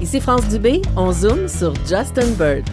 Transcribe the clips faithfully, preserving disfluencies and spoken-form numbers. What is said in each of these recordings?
Ici France Dubé, on zoome sur Justin Burt.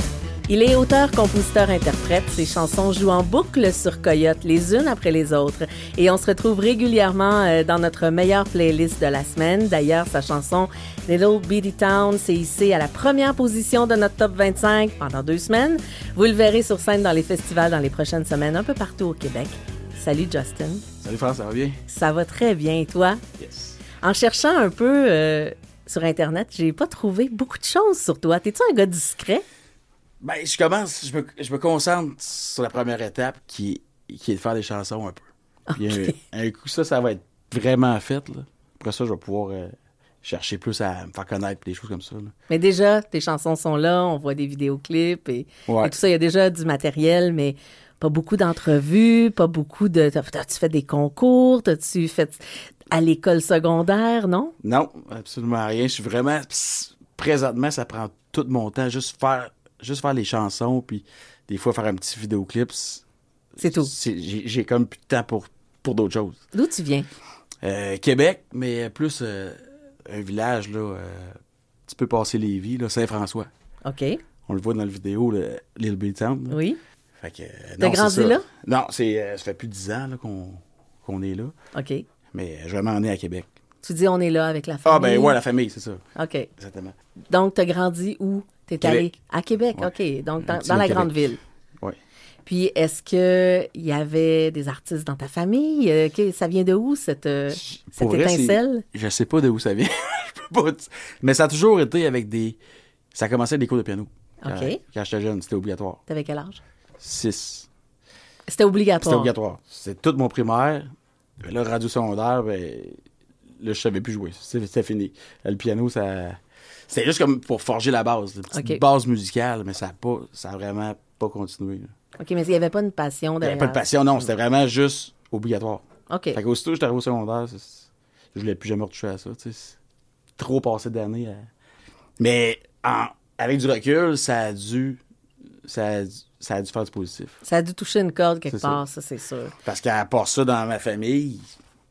Il est auteur, compositeur, interprète. Ses chansons jouent en boucle sur Coyote, les unes après les autres. Et on se retrouve régulièrement dans notre meilleure playlist de la semaine. D'ailleurs, sa chanson Little Bitty Town s'est hissée à la première position de notre top vingt-cinq pendant deux semaines. Vous le verrez sur scène dans les festivals dans les prochaines semaines, un peu partout au Québec. Salut Justin. Salut France, ça va bien? Ça va très bien, et toi? Yes. En cherchant un peu euh, sur Internet, j'ai pas trouvé beaucoup de choses sur toi. T'es-tu un gars discret? Ben, je commence, je me, je me concentre sur la première étape qui, qui est de faire des chansons un peu. Puis Okay. un, un coup, ça, ça va être vraiment fait. Là. Après ça, je vais pouvoir euh, chercher plus à me faire connaître des choses comme ça. Là. Mais déjà, tes chansons sont là, on voit des vidéoclips et, Ouais. et tout ça. Il y a déjà du matériel, mais pas beaucoup d'entrevues, pas beaucoup de... T'as- T'as-tu fait des concours? T'as-tu fait à l'école secondaire, non? Non, absolument rien. Je suis vraiment... pss, présentement, ça prend tout mon temps. Juste faire, juste faire les chansons, puis des fois faire un petit vidéoclip. C'est tout. C'est- J'ai, j'ai comme plus de temps pour, pour d'autres choses. D'où tu viens? Euh, Québec, mais plus euh, un village, là, euh, un petit peu passé Lévis, là, Saint-François. OK. On le voit dans la vidéo, le Little Bitty Town. là. Oui. Fait que, euh, T'as non, grandi c'est ça. là? Non, c'est, euh, ça fait plus de dix ans là, qu'on, qu'on est là. OK. Mais euh, je vais m'en aller à Québec. Tu dis on est là avec la famille. Ah, ben ouais, la famille, c'est ça. OK. Exactement. Donc, t'as grandi où? T'es Québec. allé à Québec, Ouais. OK. Donc, dans, Un petit dans la Québec. grande ville. Oui. Puis, est-ce que il y avait des artistes dans ta famille? Euh, que- ça vient de où, cette, euh, cette Pour vrai, étincelle? c'est- Je sais pas d'où ça vient. Je peux pas. t- Mais ça a toujours été avec des. Ça a commencé avec des cours de piano. Quand, OK. quand j'étais jeune, c'était obligatoire. T'avais quel âge? Six. C'était obligatoire. C'était obligatoire. C'était tout mon primaire. Ben là, radio secondaire, ben, là, je savais plus jouer. C'était c'était fini. Le piano, ça. C'était juste comme pour forger la base. Une petite OK. base musicale, mais ça a pas. Ça a vraiment pas continué. là. OK, mais il n'y avait pas une passion Il n'y derrière. avait pas de passion, non. C'était vraiment juste obligatoire. OK. Fait qu'aussitôt que j'étais arrivé au secondaire, c'est- je voulais plus jamais retoucher à ça. tu sais. C'est trop passé d'années. À... Mais en- avec du recul, ça a dû. Ça a dû, ça a dû faire du positif. Ça a dû toucher une corde quelque C'est ça. part, ça, c'est sûr. Parce qu'à part ça, dans ma famille,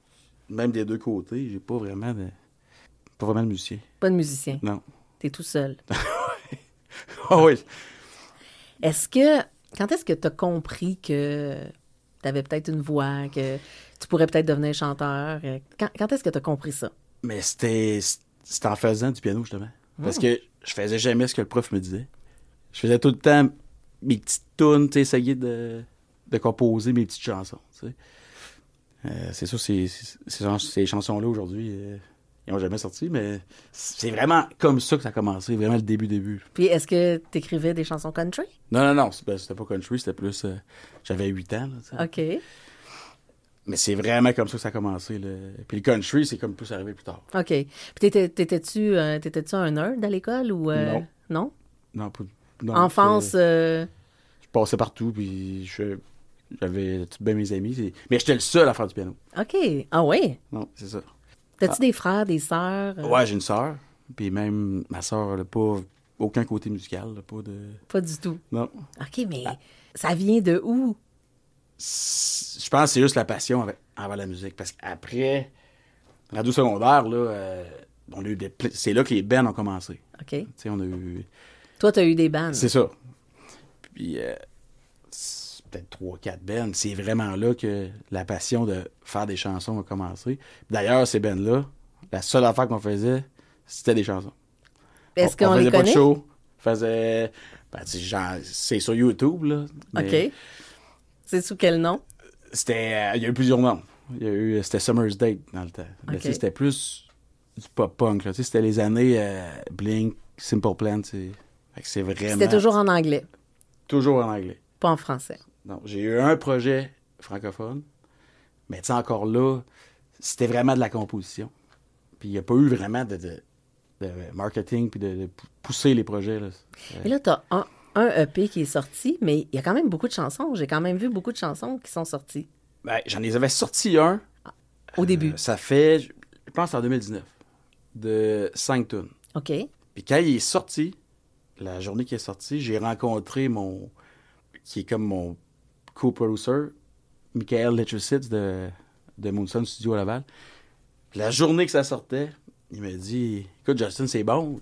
même des deux côtés, j'ai pas vraiment de. Pas vraiment de musicien. Pas de musicien. Non. T'es tout seul. Ah oui. Est-ce que... Quand est-ce que t'as compris que t'avais peut-être une voix, que tu pourrais peut-être devenir chanteur? Euh, Quand, quand est-ce que t'as compris ça? Mais c'était. C'était en faisant du piano, justement. Parce que je faisais jamais ce que le prof me disait. Je faisais tout le temps mes petites tunes, tu sais, essayer de, de composer mes petites chansons, tu sais. Euh, c'est sûr, ces, ces, ces chans- ces chansons-là, aujourd'hui, euh, ils n'ont jamais sorti, mais c'est vraiment comme ça que ça a commencé, vraiment le début, début. Puis est-ce que t'écrivais des chansons country? Non, non, non, c'est- ben, c'était pas country, c'était plus... euh, j'avais huit ans, là, tu sais. OK. Mais c'est vraiment comme ça que ça a commencé, là. Puis le country, c'est comme plus arrivé plus tard. OK. Puis t'étais- t'étais-tu euh, t'étais-tu un nerd à l'école ou... euh, Non. Non? Non, pas... non, Enfance... c'est- euh, Je passais partout, puis je- j'avais tout bien mes amis. c'est- Mais j'étais le seul à faire du piano. OK. Ah oui? Non, c'est ça. T'as-tu des frères, des sœurs? euh, Ouais, j'ai une sœur. Puis même ma sœur, elle n'a pas aucun côté musical. Là, pas de... Pas du tout. Non. OK, mais ça vient de où? C'est- Je pense que c'est juste la passion avec, envers la musique. Parce qu'après, radio secondaire, là, euh, on a eu des pla- c'est là que les bands ont commencé. OK. Tu sais, on a eu... Toi, t'as eu des bandes. C'est ça. Puis, euh, c'est peut-être trois, quatre bands. C'est vraiment là que la passion de faire des chansons a commencé. D'ailleurs, ces bands-là, la seule affaire qu'on faisait, c'était des chansons. Est-ce On- on qu'on les faisait pas de connaît? show. On faisait... Ben, tu sais, genre, c'est sur YouTube, là. mais OK. C'est sous quel nom? C'était... euh, il y a eu plusieurs noms. Il y a eu... C'était Summer's Date, dans le temps. Mais OK. tu sais, c'était plus du pop-punk, là. Tu sais, c'était les années euh, Blink, Simple Plan, tu sais. Fait que c'est vraiment... C'était toujours en anglais, Toujours en anglais. pas en français. Non, j'ai eu un projet francophone, mais tu sais, encore là, c'était vraiment de la composition. Puis il n'y a pas eu vraiment de, de, de marketing puis de, de pou- pousser les projets. Là. Euh, Et là, t'as un, un E P qui est sorti, mais il y a quand même beaucoup de chansons. J'ai quand même vu beaucoup de chansons qui sont sorties ben, j'en ai- avais sorti un. au début. Euh, ça fait, je je pense, en deux mille dix-neuf, de cinq tunes. OK. Puis quand il est sorti, la journée qu'il est sorti, j'ai rencontré mon, qui est comme mon co-producer, Michael Letricitz de, de Moonson Studio à Laval. Puis la journée que ça sortait, il m'a dit, écoute, Justin, c'est bon.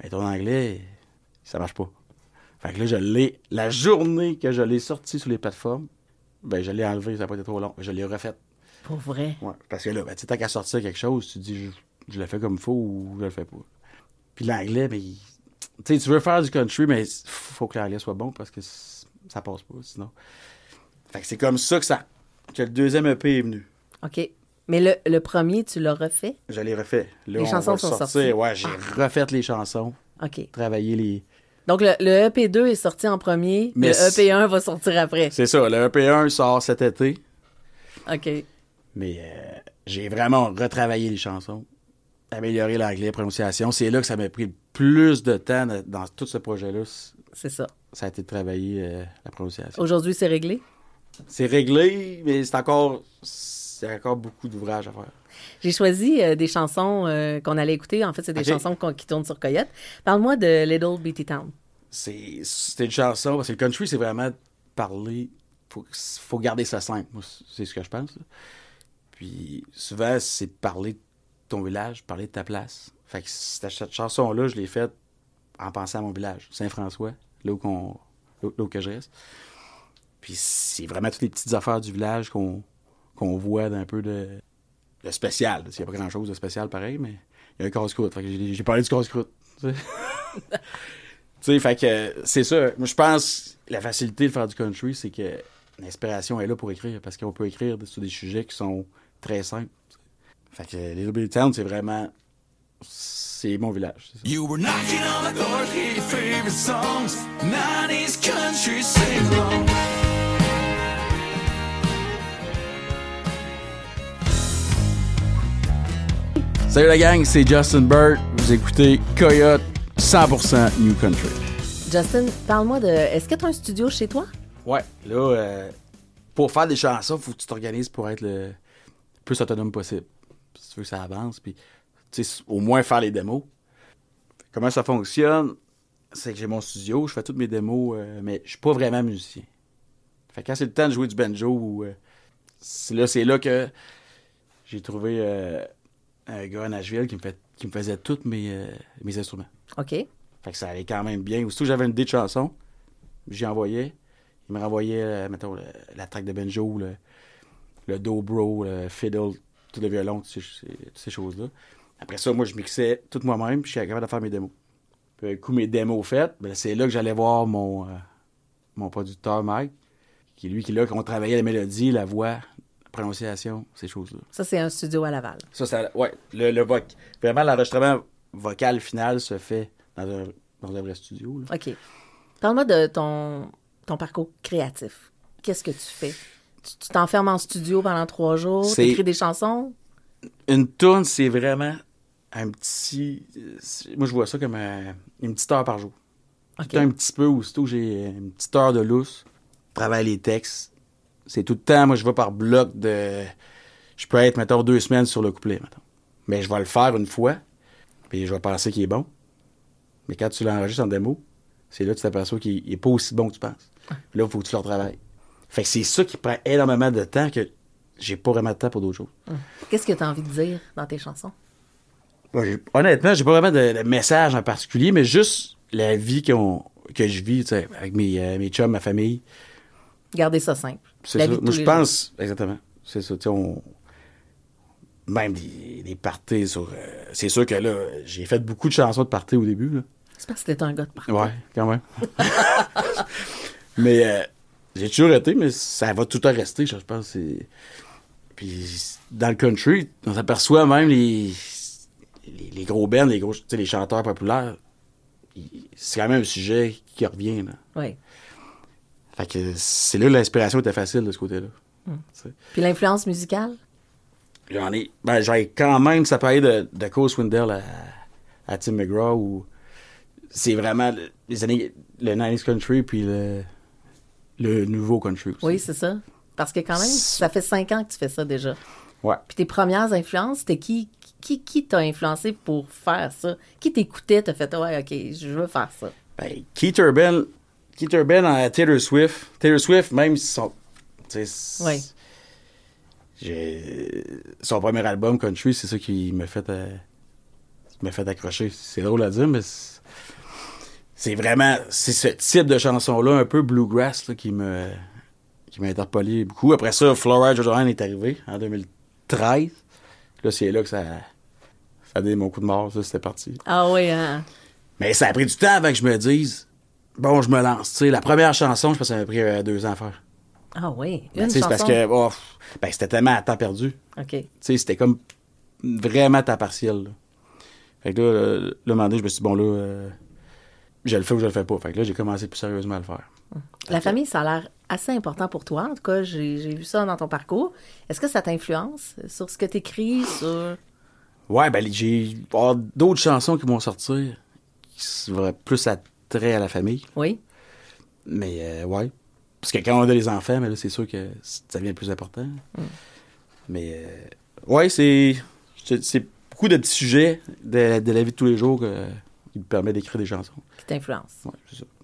Mais ton anglais, ça marche pas. Fait que là, je l'ai, la journée que je l'ai sorti sur les plateformes, ben, je l'ai enlevé, ça n'a pas été trop long. Je l'ai refait. Pour vrai? Ouais. Parce que là, ben, tu sais, tant qu'à sortir quelque chose, tu te dis, je, je le fais comme il faut ou je le fais pas. Puis l'anglais, mais, tu sais, tu veux faire du country, mais il faut que l'anglais soit bon parce que ça passe pas, sinon. Fait que c'est comme ça que ça, que le deuxième E P est venu. OK. Mais le, le premier, tu l'as refait? Je l'ai refait. Là, les on chansons va sont sortir. sorties? Ouais, j'ai Ah. refait les chansons. OK. Travaillé les... Donc, le, le E P deux est sorti en premier, Mais le E P un va sortir après. C'est ça, le E P un sort cet été. OK. Mais euh, j'ai vraiment retravaillé les chansons, amélioré l'anglais, la prononciation. C'est là que ça m'a pris le plus de temps de, dans tout ce projet-là. C'est ça. Ça a été de travailler euh, la prononciation. Aujourd'hui, c'est réglé? C'est réglé, mais c'est encore, c'est encore beaucoup d'ouvrages à faire. J'ai choisi euh, des chansons euh, qu'on allait écouter. En fait, c'est des OK. chansons qu'on- qui tournent sur Coyote. Parle-moi de Little Bitty Town. C'est, c'était une chanson, parce que le country, c'est vraiment parler, faut, faut garder ça simple. Moi, c'est ce que je pense. Là. Puis souvent, c'est de parler de ton village, parler de ta place. Fait que cette, cette chanson-là, je l'ai faite en pensant à mon village, Saint-François, là où, qu'on, là, là où que je reste. Puis c'est vraiment toutes les petites affaires du village qu'on, qu'on voit d'un peu de, de spécial. Il n'y a pas grand-chose de spécial pareil, mais il y a un casse-croûte. Fait que j'ai, j'ai parlé du casse-croûte. Tu sais, tu sais, fait que c'est ça. Moi, je pense que la facilité de faire du country, c'est que l'inspiration est là pour écrire, parce qu'on peut écrire sur des sujets qui sont très simples. Fait que Little Bitty Town, c'est vraiment... C'est mon village. C'est ça. You were knocking on my door, hear your favorite songs, nineties country sing-along. Salut la gang, c'est Justin Burt. Vous écoutez Coyote cent pour cent New Country. Justin, parle-moi de... Est-ce que tu as un studio chez toi? Ouais, là, euh, pour faire des chansons, il faut que tu t'organises pour être le plus autonome possible. Si tu veux que ça avance, puis tu sais, au moins faire les démos. Comment ça fonctionne? C'est que j'ai mon studio, je fais toutes mes démos, euh, mais je suis pas vraiment musicien. Fait que quand c'est le temps de jouer du banjo, ou, euh, c'est, là, c'est là que j'ai trouvé euh, un gars à Nashville qui me, fait, qui me faisait tous mes, euh, mes instruments. OK. Fait que ça allait quand même bien. Aussitôt que j'avais une idée de chanson, j'y envoyais. Il me renvoyait, euh, mettons, le- la track de banjo, le, le dobro, le fiddle, tout le violon, toutes ces, ces- toutes ces choses-là. Après ça, moi, je mixais tout moi-même, puis je suis capable de faire mes démos. Puis, un coup, mes démos faites, ben, c'est là que j'allais voir mon, euh, mon producteur, Mike, qui lui, qui là, qu'on travaillait la mélodie, la voix, la prononciation, ces choses-là. Ça, c'est un studio à Laval. Ça, ça ouais, le, le voc- vraiment, l'enregistrement vocal final se fait dans un, dans un vrai studio, là. OK. Parle-moi de ton, ton parcours créatif. Qu'est-ce que tu fais? Tu, tu t'enfermes en studio pendant trois jours, C'est- tu écris des chansons? Une tourne, c'est vraiment un petit... c'est- Moi, je vois ça comme un- une petite heure par jour. OK. Tout un petit peu, aussitôt j'ai une petite heure de lousse, je travaille les textes. C'est tout le temps, moi, je vais par bloc de... Je peux être, mettons, deux semaines sur le couplet, mettons. Mais je vais le faire une fois, puis je vais penser qu'il est bon. Mais quand tu l'enregistres en démo, c'est là que tu t'aperçois qu'il n'est pas aussi bon que tu penses. Puis là, il faut que tu le retravailles. Fait que c'est ça qui prend énormément de temps, que j'ai pas vraiment de temps pour d'autres choses. Qu'est-ce que tu as envie de dire dans tes chansons? Bon, j'ai- honnêtement, j'ai pas vraiment de, de message en particulier, mais juste la vie qu'on, que je vis, tu sais, avec mes, euh, mes chums, ma famille. Gardez ça simple. C'est La ça. vie de Moi, tous je les pense, exactement. C'est ça. Tu sais, on. Même des, des parties sur. euh, c'est sûr que là, j'ai fait beaucoup de chansons de parties au début, là. jours. C'est parce que t'étais un gars de partout. Ouais, quand même. mais euh, j'ai toujours été, mais ça va tout le temps rester, je pense. C'est... Puis dans le country, on s'aperçoit même les, les, les gros bands, les gros, tu sais, les chanteurs populaires. ils- C'est quand même un sujet qui revient, là. Oui. Fait que c'est là que l'inspiration était facile de ce côté-là. Tu sais. Puis l'influence musicale? J'en ai. Ben, j'ai quand même, ça parlait de, de Cole Swindell à, à Tim McGraw, où c'est vraiment le- les années, le nineties country puis le, le nouveau country aussi. Oui, c'est ça. Parce que quand même, ça fait cinq ans que tu fais ça déjà. Ouais. Puis tes premières influences, c'était qui, qui, qui t'a influencé pour faire ça? Qui t'écoutait, t'as fait, ouais, OK, je veux faire ça. Ben, Keith Urban, Keith Urban à Taylor Swift. Taylor Swift, même son. tu sais, Oui. j'ai- Son premier album, Country, c'est ça qui m'a fait. euh, qui m'a fait accrocher. C'est drôle à dire, mais c'est, c'est vraiment... C'est ce type de chanson-là, un peu bluegrass, là, qui me... qui m'a interpellé beaucoup. Après ça, Florida Georgia Line est arrivé en deux mille treize. Là, c'est là que ça... Ça a donné mon coup de mort, ça, c'était parti. Ah oui, hein? Mais ça a pris du temps avant que je me dise, bon, je me lance. Tu sais, la première chanson, je pense que ça m'a pris euh, deux ans à faire. Ah oui, Ben, une tu sais, chanson? c'est parce que, oh, ben, c'était tellement à temps perdu. OK. Tu sais, c'était comme vraiment temps partiel. Là. Fait que là, là, là, un moment donné, je me suis dit, bon, là, euh, je le fais ou je le fais pas. Fait que là, j'ai commencé plus sérieusement à le faire. La famille, ça a l'air assez important pour toi. En tout cas, j'ai, j'ai vu ça dans ton parcours. Est-ce que ça t'influence sur ce que tu écris, sur... Ouais, ben, j'ai oh, d'autres chansons qui vont sortir qui seraient plus attrait à la famille. Oui. Mais, euh, ouais. Parce que quand on a des enfants, mais là, c'est sûr que ça devient plus important. Mm. Mais, euh, ouais, c'est, c'est beaucoup de petits sujets de, de la vie de tous les jours que, qui me permettent d'écrire des chansons. Qui t'influencent. Ouais, c'est ça.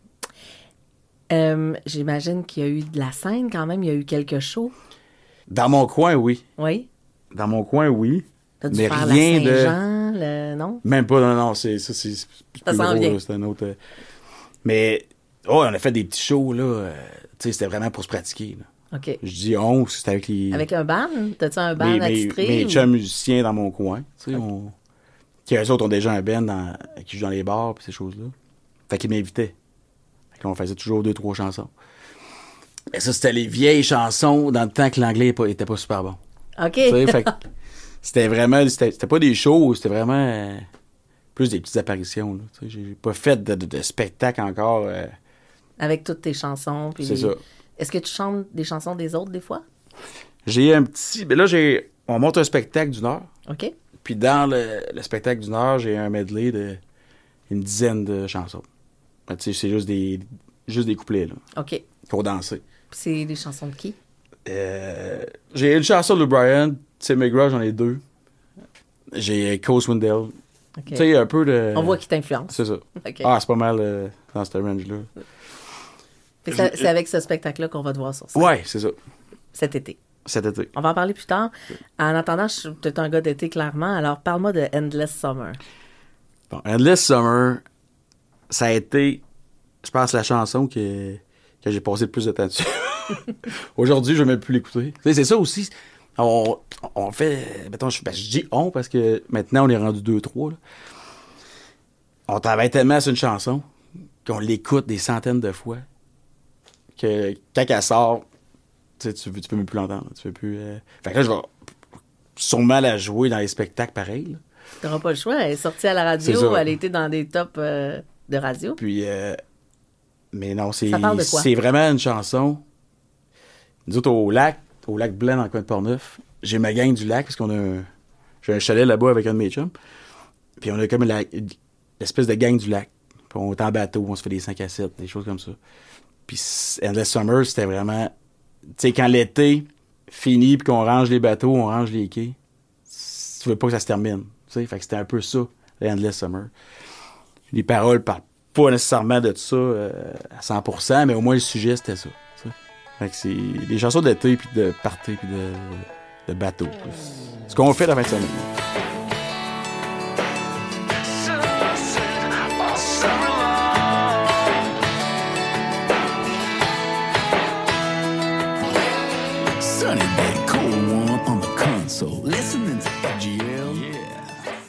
Euh, j'imagine qu'il y a eu de la scène quand même. Il y a eu quelques shows. Dans mon coin, oui. Oui. Dans mon coin, oui. T'as dû mais faire rien la Saint-Jean, de... le... non? Même pas, non, non, c'est ça, c'est, c'est ça plus s'en gros, vient. là, c'est un autre... Euh... Mais, oh, on a fait des petits shows, là, euh, tu sais, c'était vraiment pour se pratiquer, là. OK. Je dis on, c'était avec les... Avec un band? T'as-tu un band mes, attitré? Mes, mes ou... chums musiciens dans mon coin, tu sais, Okay. on... Qui, eux autres, ont déjà un band dans... qui joue dans les bars, puis ces choses-là. Fait qu'ils m'invitaient. Fait qu'on faisait toujours deux, trois chansons. Et ça, c'était les vieilles chansons dans le temps que l'anglais était pas, était pas super bon. OK. Tu sais, fait que c'était vraiment... C'était, c'était pas des shows, c'était vraiment euh, plus des petites apparitions, là. Tu sais, j'ai pas fait de, de, de spectacle encore. Euh... Avec toutes tes chansons. Puis C'est les... ça. Est-ce que tu chantes des chansons des autres, des fois? J'ai un petit... Ben là, j'ai... On monte un spectacle d'une heure. OK. Puis dans le, le spectacle d'une heure, j'ai un medley de une dizaine de chansons. Ben, tu sais, c'est juste des, juste des couplets, là, OK. pour danser. Puis c'est des chansons de qui? Euh, j'ai une chanson de Brian, Tim McGraw, j'en ai deux. J'ai Cole Swindell. OK. Tu sais, un peu de... On voit qui t'influence. C'est ça. OK. Ah, c'est pas mal euh, dans ce range-là. Fait que ça- c'est avec ce spectacle-là qu'on va te voir sur scène. Ouais, c'est ça. Cet été. Cet été. On va en parler plus tard. En attendant, je suis peut-être un gars d'été, clairement. Alors, parle-moi de Endless Summer. Bon, Endless Summer, ça a été, je pense, la chanson que, que j'ai passé le plus de temps dessus. Aujourd'hui, je ne vais même plus l'écouter. Tu sais, c'est ça aussi. On, on fait... Mettons, je, ben, je dis on parce que maintenant, on est rendu deux trois. Là. On travaille tellement sur une chanson qu'on l'écoute des centaines de fois que quand elle sort, tu sais, tu, tu peux même plus l'entendre. Tu peux plus... Euh... Fait que là, je vais sûrement la jouer dans les spectacles pareils. Tu n'auras pas le choix. Elle est sortie à la C'est radio. ça. Elle était dans des tops euh, de radio. Puis, euh, mais non, c'est, Ça parle de quoi? c'est vraiment une chanson. Nous autres, au lac, au lac Blanc, dans le coin de Portneuf, j'ai ma gang du lac, parce qu'on a un, j'ai un chalet là-bas avec un de mes chums. Puis on a comme la, l'espèce de gang du lac. Puis on est en bateau, on se fait des cinq à sept, des choses comme ça. Puis Endless Summer, c'était vraiment... Tu sais, quand l'été finit, puis qu'on range les bateaux, on range les quais, tu veux pas que ça se termine. Tu sais, fait que c'était un peu ça, Endless Summer. Les paroles parlent pas nécessairement de ça euh, à cent pour cent, mais au moins le sujet, c'était ça. Tu sais. Fait que c'est des chansons d'été, puis de party, puis de, de bateau. Ce qu'on fait la fin de semaine. Sunny day, cold one on the console. Listening to F G L, yeah.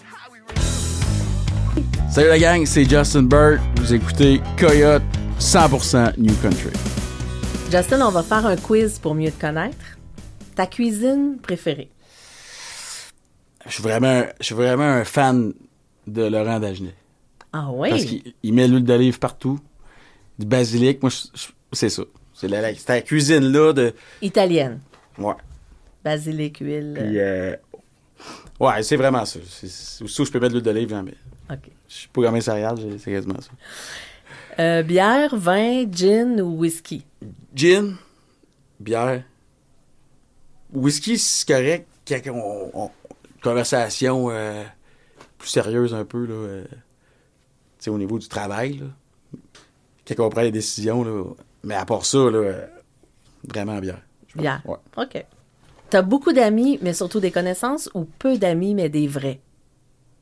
Salut la gang, c'est Justin Burt. Vous écoutez Coyote cent pour cent New Country. Justin, on va faire un quiz pour mieux te connaître. Ta cuisine préférée? Je suis vraiment, je suis vraiment un fan de Laurent Dagenet. Ah oui? Parce qu'il il met l'huile d'olive partout, du basilic. Moi, je, je, c'est ça. C'est la, la, c'est la cuisine-là de... Italienne. Ouais. Basilic, huile. Puis, euh, ouais, c'est vraiment ça. C'est, c'est, aussi où je peux mettre de l'huile d'olive, j'en mets. OK. Je suis pas grammé céréales, c'est quasiment ça. Euh, bière, vin, gin ou whisky? Gin, bière, whisky, c'est correct. Quand on, on, conversation euh, plus sérieuse un peu, là, euh, tu sais, au niveau du travail, là, quand on prend les décisions, là, mais à part ça, là, euh, vraiment bière. Bière. Ouais. OK. T'as beaucoup d'amis, mais surtout des connaissances, ou peu d'amis, mais des vrais? J'ai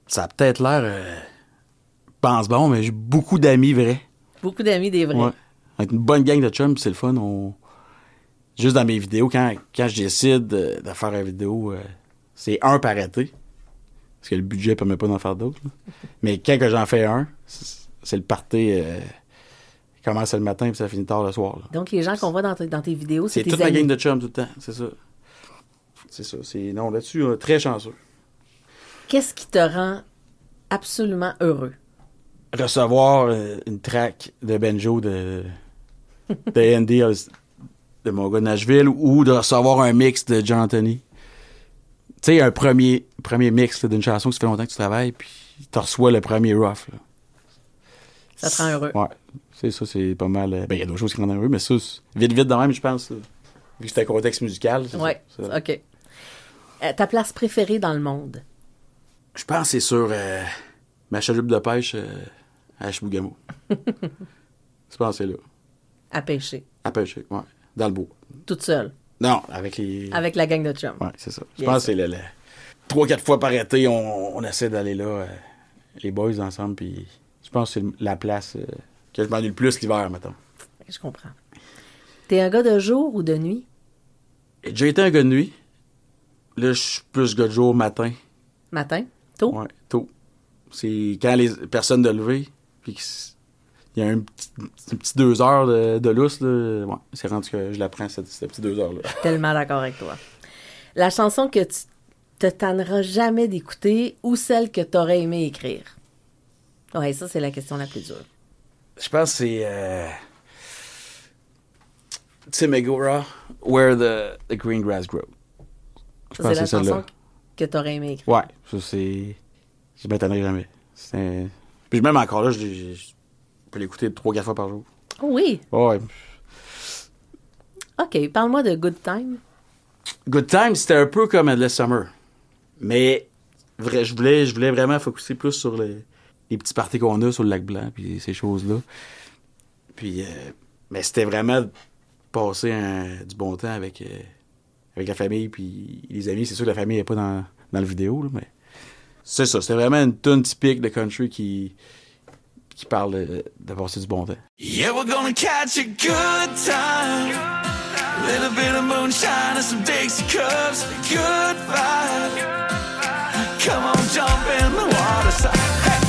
ça a peut-être l'air... Euh, pense bon, mais j'ai beaucoup d'amis vrais. Beaucoup d'amis des vrais. Ouais. Avec une bonne gang de chums, c'est le fun. On... Juste dans mes vidéos, quand, quand je décide de, de faire une vidéo, euh, c'est un par été. Parce que le budget ne permet pas d'en faire d'autres. Là. Mais quand que j'en fais un, c'est, c'est le party... Euh, qui commence le matin et ça finit tard le soir. Là. Donc, les gens qu'on voit dans, t- dans tes vidéos, c'est, C'est tes toute amis. la gang de chums tout le temps, c'est ça. C'est ça. C'est... Non, là-dessus, euh, très chanceux. Qu'est-ce qui te rend absolument heureux? Recevoir euh, une track de banjo de, de Andy, de mon gars de Nashville, ou de recevoir un mix de John Anthony. Tu sais, un premier, premier mix là, d'une chanson que ça fait longtemps que tu travailles, puis tu reçois le premier rough. Là. Ça te rend heureux. Ouais. C'est ça, c'est pas mal. euh, Ben, il y a d'autres choses qui rendent heureux, mais ça, c'est vite, vite de même, je pense. Là. Vu que c'était un contexte musical. C'est Oui, ça, ça. OK. Euh, ta place préférée dans le monde? Je pense que c'est sur euh, ma chaloupe de pêche euh, à Chibougamau. Je pense que c'est là. À pêcher. À pêcher, ouais. Dans le bois. Toute seule. Non, avec les... Avec la gang de chums. Ouais, c'est ça. Je Bien pense que c'est le, le... Trois, quatre fois par été, on, on essaie d'aller là, euh, les boys ensemble, puis je pense que c'est la place euh, que je m'ennuie le plus l'hiver, mettons. Je comprends. T'es un gars de jour ou de nuit? J'ai déjà été un gars de nuit. Là, je suis plus gars de jour, matin. Matin? Tôt? Ouais, tôt. C'est quand les personnes de lever, puis qu'il y a un petit, un petit deux heures de, de lousse, là. Ouais, c'est rendu que je la prends, cette, cette petite deux heures-là. Tellement d'accord avec toi. La chanson que tu te tanneras jamais d'écouter ou celle que t'aurais aimé écrire? Ouais, ça, c'est la question la plus dure. Je pense que c'est... Euh... Tim Megura, Where the, the Green Grass Grows. Je Ça, pense c'est que la c'est chanson celle-là. que t'aurais aimé écrire. Ouais, ça c'est... Je m'étonnerai jamais. C'est... Puis même encore là, je, je, je peux l'écouter trois, quatre fois par jour. Oh oui! Ouais. OK, parle-moi de Good Time. Good Time, c'était un peu comme Endless Summer. Mais vrai, je voulais, je voulais vraiment focusser plus sur les, les petits parties qu'on a sur le lac Blanc, puis ces choses-là. Puis, euh, mais c'était vraiment passer un, du bon temps avec, euh, avec la famille, puis les amis. C'est sûr que la famille n'est pas dans, dans la vidéo, là, mais c'est ça. C'était vraiment une tune typique de country qui, qui parle de, de passer du bon temps. Yeah, we're gonna catch a good time. A little bit of moonshine and some Dixie cups. Good vibe. Come on, jump in the water side. Hey!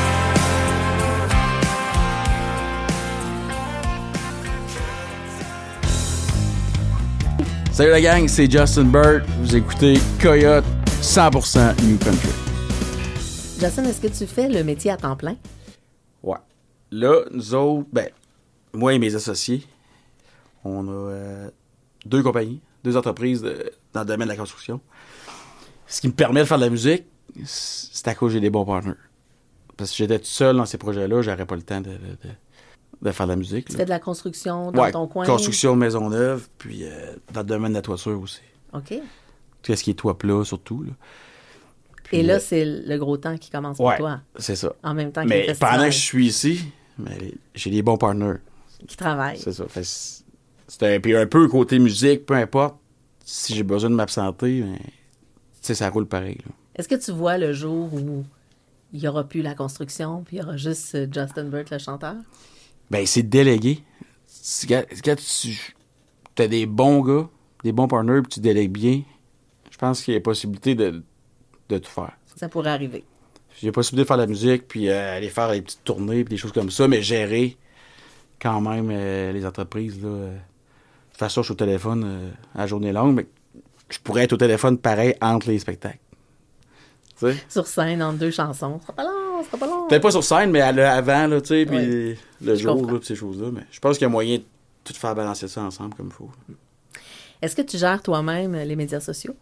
Salut la gang, c'est Justin Burt. Vous écoutez Coyote cent pour cent New Country. Justin, est-ce que tu fais le métier à temps plein? Ouais. Là, nous autres, ben, moi et mes associés, on a euh, deux compagnies, deux entreprises de- dans le domaine de la construction. Ce qui me permet de faire de la musique, c'est à cause que j'ai des bons partners. Parce que si j'étais tout seul dans ces projets-là, j'aurais pas le temps de, de, de, de faire de la musique. Tu là. fais de la construction dans Ouais, ton coin? construction de maison neuve, puis euh, dans le domaine de la toiture aussi. OK. Tout ce qui est toit plat, surtout. Là. Puis, Et là, euh, c'est le gros temps qui commence pour ouais, toi. c'est ça. En même temps que les Mais festivals pendant que je suis ici, mais les- j'ai des bons partners. qui travaillent. C'est ça. Fait que c'est c'est un, puis un peu côté musique, peu importe. Si j'ai besoin de m'absenter, ben, tu sais, ça roule pareil. Là. Est-ce que tu vois le jour où il n'y aura plus la construction, puis il y aura juste euh, Justin Burt, le chanteur? Ben, c'est délégué. C'est Quand, quand tu as des bons gars, des bons partners, puis tu délègues bien, je pense qu'il y a possibilité de, de tout faire. Ça pourrait arriver. J'ai la possibilité de faire de la musique, puis euh, aller faire des petites tournées, puis des choses comme ça, mais gérer quand même euh, les entreprises. Là, euh, de toute façon, je suis au téléphone euh, à la journée longue, mais je pourrais être au téléphone pareil entre les spectacles. Tu sais? Sur scène, entre deux chansons. Ce sera pas long, ce sera pas long. Peut-être pas sur scène, mais à le- avant, là, tu sais, puis Ouais. le Je jour, comprends. là, puis ces choses-là. Mais je pense qu'il y a moyen de tout faire balancer ça ensemble comme il faut. Est-ce que tu gères toi-même les médias sociaux?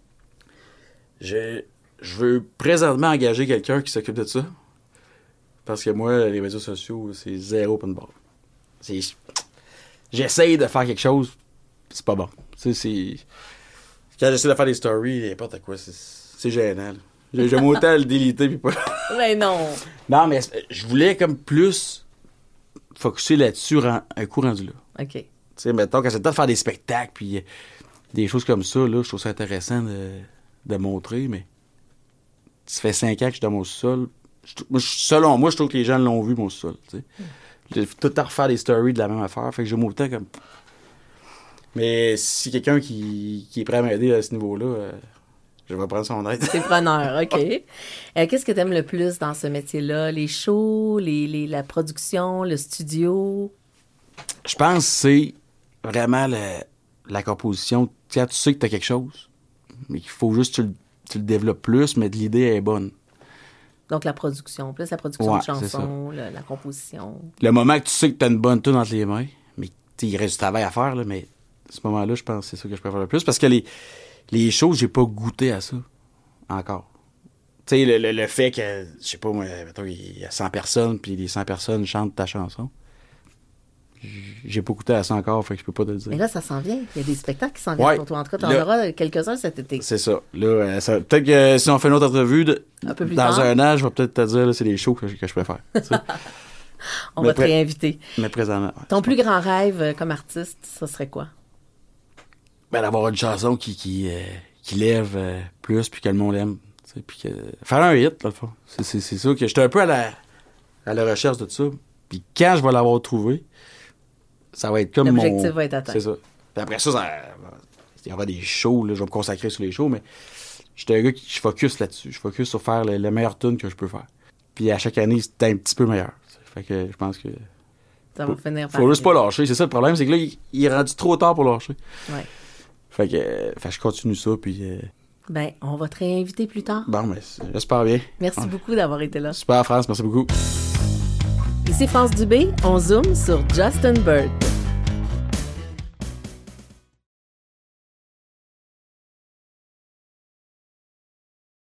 Je, je veux présentement engager quelqu'un qui s'occupe de ça. Parce que moi, les médias sociaux, c'est zéro open bar. C'est... J'essaye de faire quelque chose, c'est pas bon. Tu sais, c'est... Quand j'essaie de faire des stories, n'importe quoi, c'est, c'est gênant. là. J'ai- J'aime autant le déliter puis pas... Ben non. Non, mais je voulais comme plus focusser là-dessus ren- un coup rendu là. OK. Tu sais, mettons, quand c'est le temps de faire des spectacles puis euh, des choses comme ça, là, je trouve ça intéressant de, de montrer, mais tu ça fait cinq ans que je suis dans mon sous-sol. Je, moi, je, selon moi, je trouve que les gens l'ont vu, mon sous-sol. Tu sais. Mm. J'ai tout le temps refaire des stories de la même affaire. Fait que j'aime autant comme. Mais si quelqu'un qui, qui est prêt à m'aider à ce niveau-là, euh, je vais prendre son aide. T'es preneur, OK. euh, qu'est-ce que t'aimes le plus dans ce métier-là? Les shows, les, les, la production, le studio? Je pense que c'est vraiment le, la composition. Quand tu sais que t'as quelque chose, mais qu'il faut juste que tu, tu le développes plus, mais l'idée est bonne. Donc, la production, plus la production ouais, de chansons, le, la composition. Le moment que tu sais que tu as une bonne tune entre les mains, mais il reste du travail à faire, là, mais à ce moment-là, je pense que c'est ça que je préfère le plus. Parce que les, les choses, j'ai pas goûté à ça encore. Tu sais, le, le, le fait que, je sais pas, moi, mettons, il y a cent personnes, puis les cent personnes chantent ta chanson. J'ai pas goûté à ça encore, fait que je peux pas te le dire. Mais là, ça s'en vient. Il y a des spectacles qui s'en viennent ouais, pour toi. En tout cas, tu en là, auras quelques-uns cet été. C'est ça. Là, ça peut-être que si on fait une autre entrevue, de, un peu plus dans tard. un an, je vais peut-être te dire, là, c'est les shows que, que je préfère. On mais va te pré- réinviter. Mais présentement. Ouais, Ton plus grand rêve euh, comme artiste, ça serait quoi? Ben, d'avoir une chanson qui, qui, euh, qui lève euh, plus, puis que le monde l'aime. Puis que, faire un hit, dans le fond. C'est, c'est, c'est ça que j'étais un peu à la, à la recherche de tout ça. Puis quand je vais l'avoir trouvé, ça va être comme mon... L'objectif va être atteint. C'est ça. Puis après ça, ça il y aura des shows, là, je vais me consacrer sur les shows, mais j'étais un gars qui je focus là-dessus. Je focus sur faire le, le meilleur tune que je peux faire. Puis à chaque année, c'est un petit peu meilleur. Fait que je pense que... Ça va finir par... Faut juste pas lâcher. C'est ça le problème, c'est que là, il, il est rendu trop tard pour lâcher. Ouais. Fait que, euh, fait que je continue ça, puis... Euh... Ben, on va te réinviter plus tard. Bon, mais j'espère bien. Merci ouais. beaucoup d'avoir été là. Super, France, merci beaucoup. Ici France Dubé, on zoome sur Justin Bird.